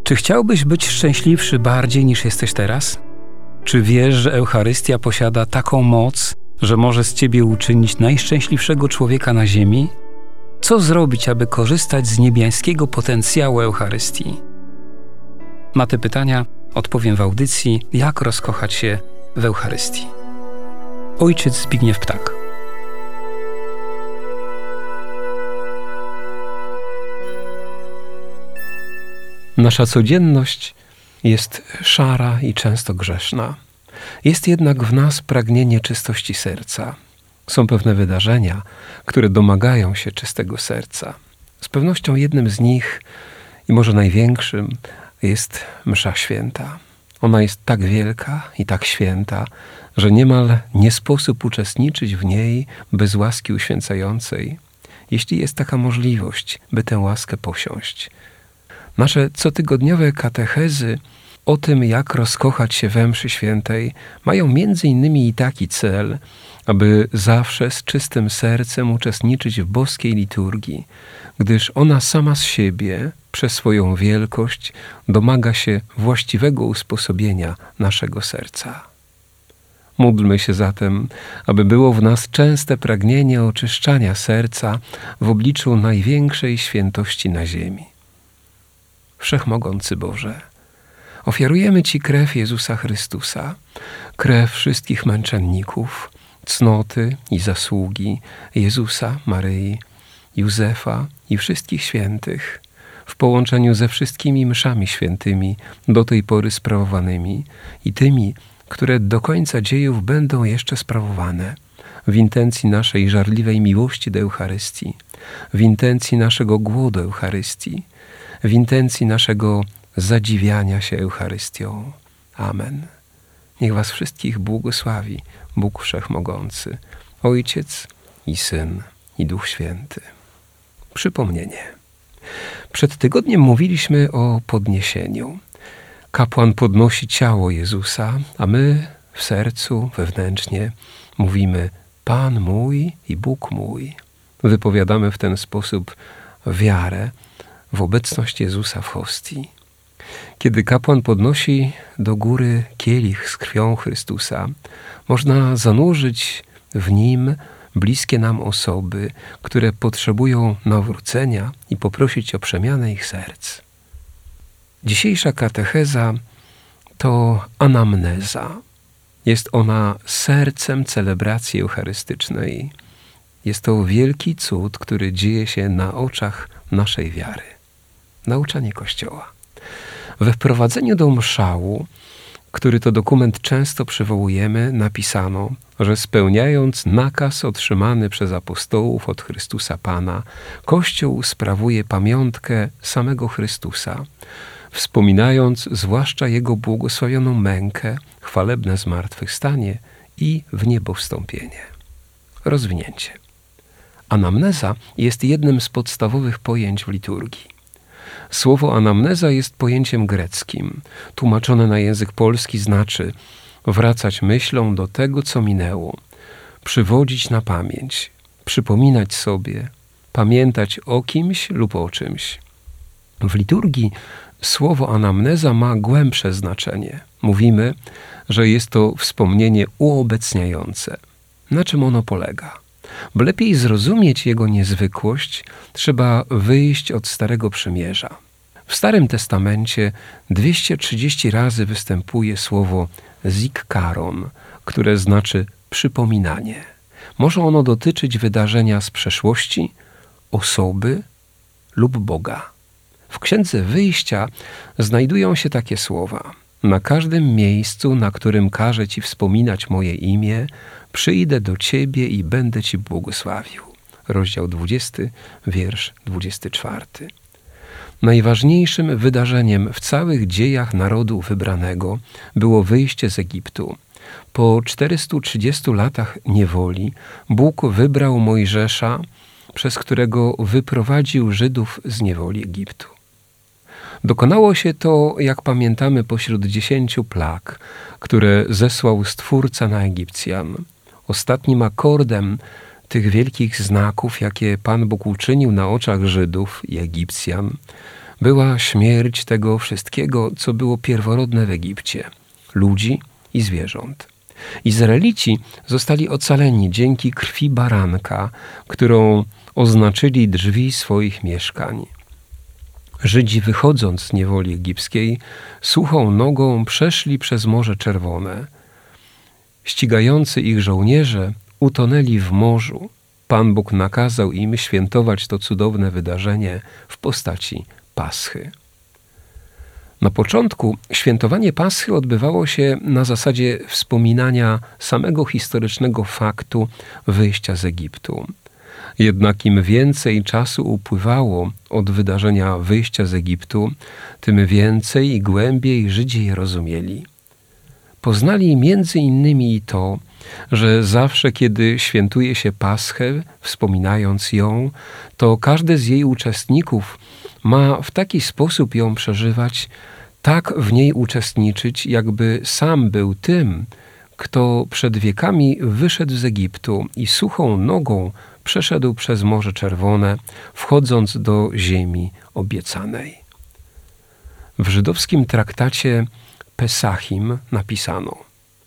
Czy chciałbyś być szczęśliwszy bardziej niż jesteś teraz? Czy wiesz, że Eucharystia posiada taką moc, że może z ciebie uczynić najszczęśliwszego człowieka na ziemi? Co zrobić, aby korzystać z niebiańskiego potencjału Eucharystii? Na te pytania odpowiem w audycji Jak rozkochać się w Eucharystii. Ojciec Zbigniew Ptak. Nasza codzienność jest szara i często grzeszna. Jest jednak w nas pragnienie czystości serca. Są pewne wydarzenia, które domagają się czystego serca. Z pewnością jednym z nich, i może największym, jest msza święta. Ona jest tak wielka i tak święta, że niemal nie sposób uczestniczyć w niej bez łaski uświęcającej, jeśli jest taka możliwość, by tę łaskę posiąść. Nasze cotygodniowe katechezy o tym, jak rozkochać się we mszy świętej, mają między innymi i taki cel, aby zawsze z czystym sercem uczestniczyć w boskiej liturgii, gdyż ona sama z siebie, przez swoją wielkość, domaga się właściwego usposobienia naszego serca. Módlmy się zatem, aby było w nas częste pragnienie oczyszczania serca w obliczu największej świętości na ziemi. Wszechmogący Boże, ofiarujemy Ci krew Jezusa Chrystusa, krew wszystkich męczenników, cnoty i zasługi Jezusa, Maryi, Józefa i wszystkich świętych, w połączeniu ze wszystkimi mszami świętymi do tej pory sprawowanymi i tymi, które do końca dziejów będą jeszcze sprawowane, w intencji naszej żarliwej miłości do Eucharystii, w intencji naszego głodu Eucharystii, w intencji naszego zadziwiania się Eucharystią. Amen. Niech was wszystkich błogosławi Bóg Wszechmogący, Ojciec i Syn i Duch Święty. Przypomnienie. Przed tygodniem mówiliśmy o podniesieniu. Kapłan podnosi ciało Jezusa, a my w sercu, wewnętrznie mówimy Pan mój i Bóg mój. Wypowiadamy w ten sposób wiarę w obecność Jezusa w hostii. Kiedy kapłan podnosi do góry kielich z krwią Chrystusa, można zanurzyć w nim bliskie nam osoby, które potrzebują nawrócenia i poprosić o przemianę ich serc. Dzisiejsza katecheza to anamneza. Jest ona sercem celebracji eucharystycznej. Jest to wielki cud, który dzieje się na oczach naszej wiary. Nauczanie Kościoła. We wprowadzeniu do mszału, który to dokument często przywołujemy, napisano, że spełniając nakaz otrzymany przez apostołów od Chrystusa Pana, Kościół sprawuje pamiątkę samego Chrystusa, wspominając zwłaszcza Jego błogosławioną mękę, chwalebne zmartwychwstanie i w niebo wstąpienie. Rozwinięcie. Anamneza jest jednym z podstawowych pojęć w liturgii. Słowo anamneza jest pojęciem greckim. Tłumaczone na język polski znaczy wracać myślą do tego, co minęło, przywodzić na pamięć, przypominać sobie, pamiętać o kimś lub o czymś. W liturgii słowo anamneza ma głębsze znaczenie. Mówimy, że jest to wspomnienie uobecniające. Na czym ono polega? By lepiej zrozumieć jego niezwykłość, trzeba wyjść od Starego Przymierza. W Starym Testamencie 230 razy występuje słowo zikkaron, które znaczy przypominanie. Może ono dotyczyć wydarzenia z przeszłości, osoby lub Boga. W Księdze Wyjścia znajdują się takie słowa: na każdym miejscu, na którym każę Ci wspominać moje imię, przyjdę do Ciebie i będę Ci błogosławił. Rozdział 20, wiersz 24. Najważniejszym wydarzeniem w całych dziejach narodu wybranego było wyjście z Egiptu. Po 430 latach niewoli Bóg wybrał Mojżesza, przez którego wyprowadził Żydów z niewoli Egiptu. Dokonało się to, jak pamiętamy, pośród 10 plag, które zesłał Stwórca na Egipcjan. Ostatnim akordem tych wielkich znaków, jakie Pan Bóg uczynił na oczach Żydów i Egipcjan, była śmierć tego wszystkiego, co było pierworodne w Egipcie, ludzi i zwierząt. Izraelici zostali ocaleni dzięki krwi baranka, którą oznaczyli drzwi swoich mieszkań. Żydzi, wychodząc z niewoli egipskiej, suchą nogą przeszli przez Morze Czerwone. Ścigający ich żołnierze utonęli w morzu. Pan Bóg nakazał im świętować to cudowne wydarzenie w postaci Paschy. Na początku świętowanie Paschy odbywało się na zasadzie wspominania samego historycznego faktu wyjścia z Egiptu. Jednak im więcej czasu upływało od wydarzenia wyjścia z Egiptu, tym więcej i głębiej Żydzi je rozumieli. Poznali między innymi i to, że zawsze, kiedy świętuje się Paschę, wspominając ją, to każdy z jej uczestników ma w taki sposób ją przeżywać, tak w niej uczestniczyć, jakby sam był tym, kto przed wiekami wyszedł z Egiptu i suchą nogą przeszedł przez Morze Czerwone, wchodząc do ziemi obiecanej. W żydowskim traktacie Pesachim napisano: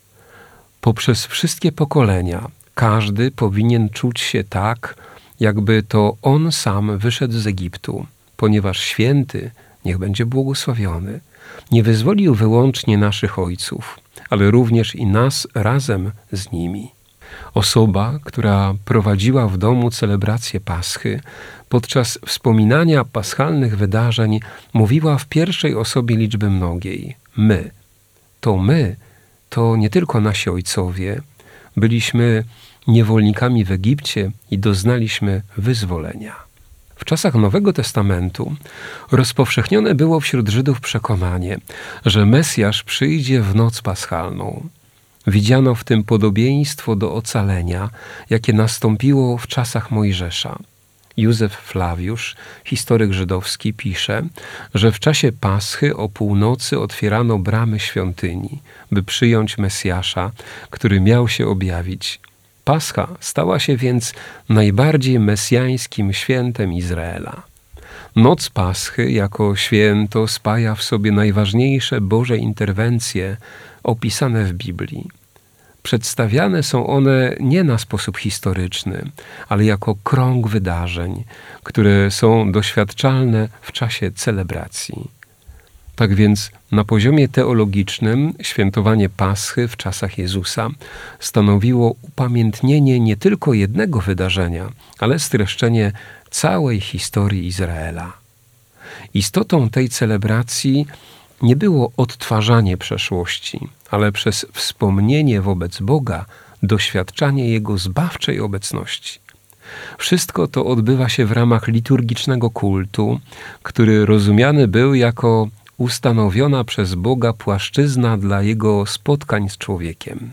poprzez wszystkie pokolenia każdy powinien czuć się tak, jakby to on sam wyszedł z Egiptu, ponieważ święty, niech będzie błogosławiony, nie wyzwolił wyłącznie naszych ojców, ale również i nas razem z nimi. Osoba, która prowadziła w domu celebrację Paschy, podczas wspominania paschalnych wydarzeń mówiła w pierwszej osobie liczby mnogiej: my. To my, to nie tylko nasi ojcowie, byliśmy niewolnikami w Egipcie i doznaliśmy wyzwolenia. W czasach Nowego Testamentu rozpowszechnione było wśród Żydów przekonanie, że Mesjasz przyjdzie w noc paschalną. Widziano w tym podobieństwo do ocalenia, jakie nastąpiło w czasach Mojżesza. Józef Flawiusz, historyk żydowski, pisze, że w czasie Paschy o północy otwierano bramy świątyni, by przyjąć Mesjasza, który miał się objawić. Pascha stała się więc najbardziej mesjańskim świętem Izraela. Noc Paschy jako święto spaja w sobie najważniejsze Boże interwencje opisane w Biblii. Przedstawiane są one nie na sposób historyczny, ale jako krąg wydarzeń, które są doświadczalne w czasie celebracji. Tak więc na poziomie teologicznym świętowanie Paschy w czasach Jezusa stanowiło upamiętnienie nie tylko jednego wydarzenia, ale streszczenie całej historii Izraela. Istotą tej celebracji nie było odtwarzanie przeszłości, ale przez wspomnienie wobec Boga doświadczanie Jego zbawczej obecności. Wszystko to odbywa się w ramach liturgicznego kultu, który rozumiany był jako ustanowiona przez Boga płaszczyzna dla Jego spotkań z człowiekiem.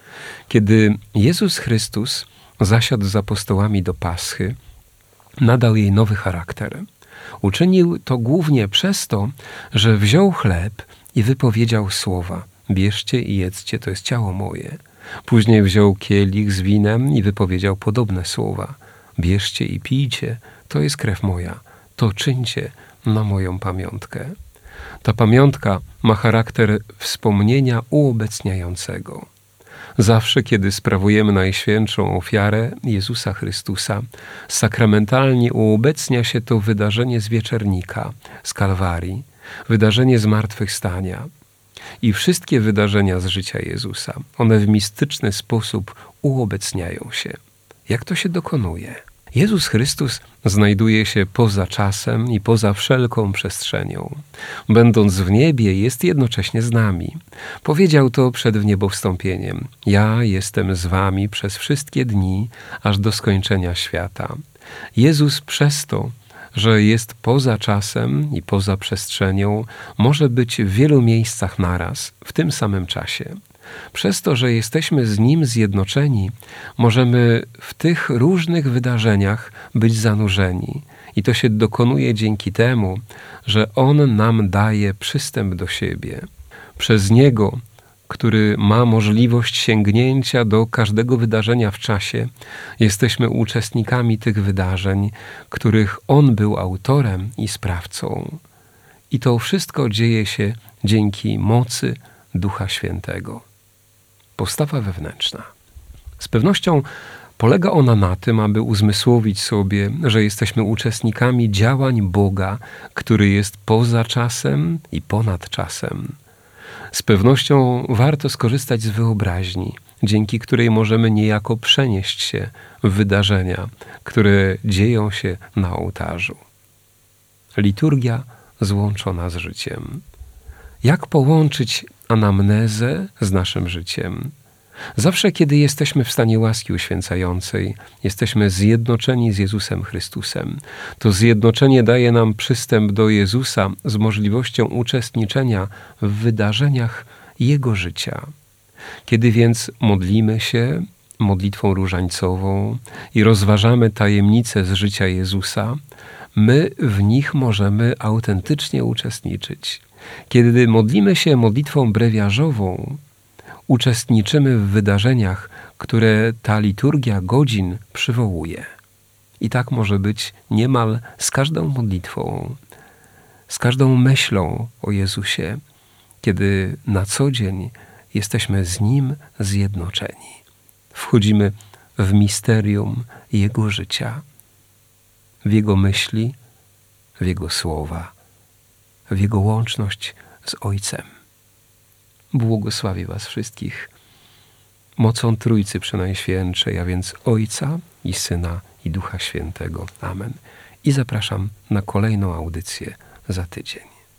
Kiedy Jezus Chrystus zasiadł z apostołami do Paschy, nadał jej nowy charakter. Uczynił to głównie przez to, że wziął chleb i wypowiedział słowa: bierzcie i jedzcie, to jest ciało moje. Później wziął kielich z winem i wypowiedział podobne słowa: bierzcie i pijcie, to jest krew moja, to czyńcie na moją pamiątkę. Ta pamiątka ma charakter wspomnienia uobecniającego. Zawsze, kiedy sprawujemy Najświętszą Ofiarę Jezusa Chrystusa, sakramentalnie uobecnia się to wydarzenie z wieczernika, z Kalwarii, wydarzenie zmartwychwstania i wszystkie wydarzenia z życia Jezusa. One w mistyczny sposób uobecniają się. Jak to się dokonuje? Jezus Chrystus znajduje się poza czasem i poza wszelką przestrzenią. Będąc w niebie, jest jednocześnie z nami. Powiedział to przed wniebowstąpieniem: ja jestem z wami przez wszystkie dni, aż do skończenia świata. Jezus przez to, że jest poza czasem i poza przestrzenią, może być w wielu miejscach naraz, w tym samym czasie. Przez to, że jesteśmy z Nim zjednoczeni, możemy w tych różnych wydarzeniach być zanurzeni. I to się dokonuje dzięki temu, że On nam daje przystęp do siebie. Przez Niego, który ma możliwość sięgnięcia do każdego wydarzenia w czasie, jesteśmy uczestnikami tych wydarzeń, których On był autorem i sprawcą. I to wszystko dzieje się dzięki mocy Ducha Świętego. Postawa wewnętrzna. Z pewnością polega ona na tym, aby uzmysłowić sobie, że jesteśmy uczestnikami działań Boga, który jest poza czasem i ponad czasem. Z pewnością warto skorzystać z wyobraźni, dzięki której możemy niejako przenieść się w wydarzenia, które dzieją się na ołtarzu. Liturgia złączona z życiem. Jak połączyć anamnezę z naszym życiem? Zawsze, kiedy jesteśmy w stanie łaski uświęcającej, jesteśmy zjednoczeni z Jezusem Chrystusem. To zjednoczenie daje nam przystęp do Jezusa z możliwością uczestniczenia w wydarzeniach Jego życia. Kiedy więc modlimy się modlitwą różańcową i rozważamy tajemnice z życia Jezusa, my w nich możemy autentycznie uczestniczyć. Kiedy modlimy się modlitwą brewiarzową, uczestniczymy w wydarzeniach, które ta liturgia godzin przywołuje. I tak może być niemal z każdą modlitwą, z każdą myślą o Jezusie, kiedy na co dzień jesteśmy z Nim zjednoczeni. Wchodzimy w misterium Jego życia, w Jego myśli, w Jego słowa, w Jego łączność z Ojcem. Błogosławię was wszystkich mocą Trójcy Przenajświętszej, a więc Ojca i Syna i Ducha Świętego. Amen. I zapraszam na kolejną audycję za tydzień.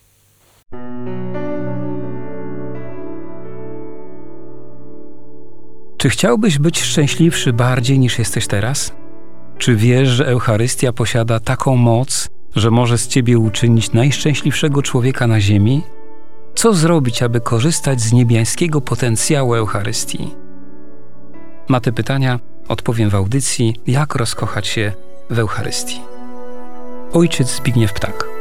Czy chciałbyś być szczęśliwszy bardziej niż jesteś teraz? Czy wiesz, że Eucharystia posiada taką moc, że może z ciebie uczynić najszczęśliwszego człowieka na ziemi? Co zrobić, aby korzystać z niebiańskiego potencjału Eucharystii? Na te pytania odpowiem w audycji Jak rozkochać się w Eucharystii. Ojciec Zbigniew Ptak.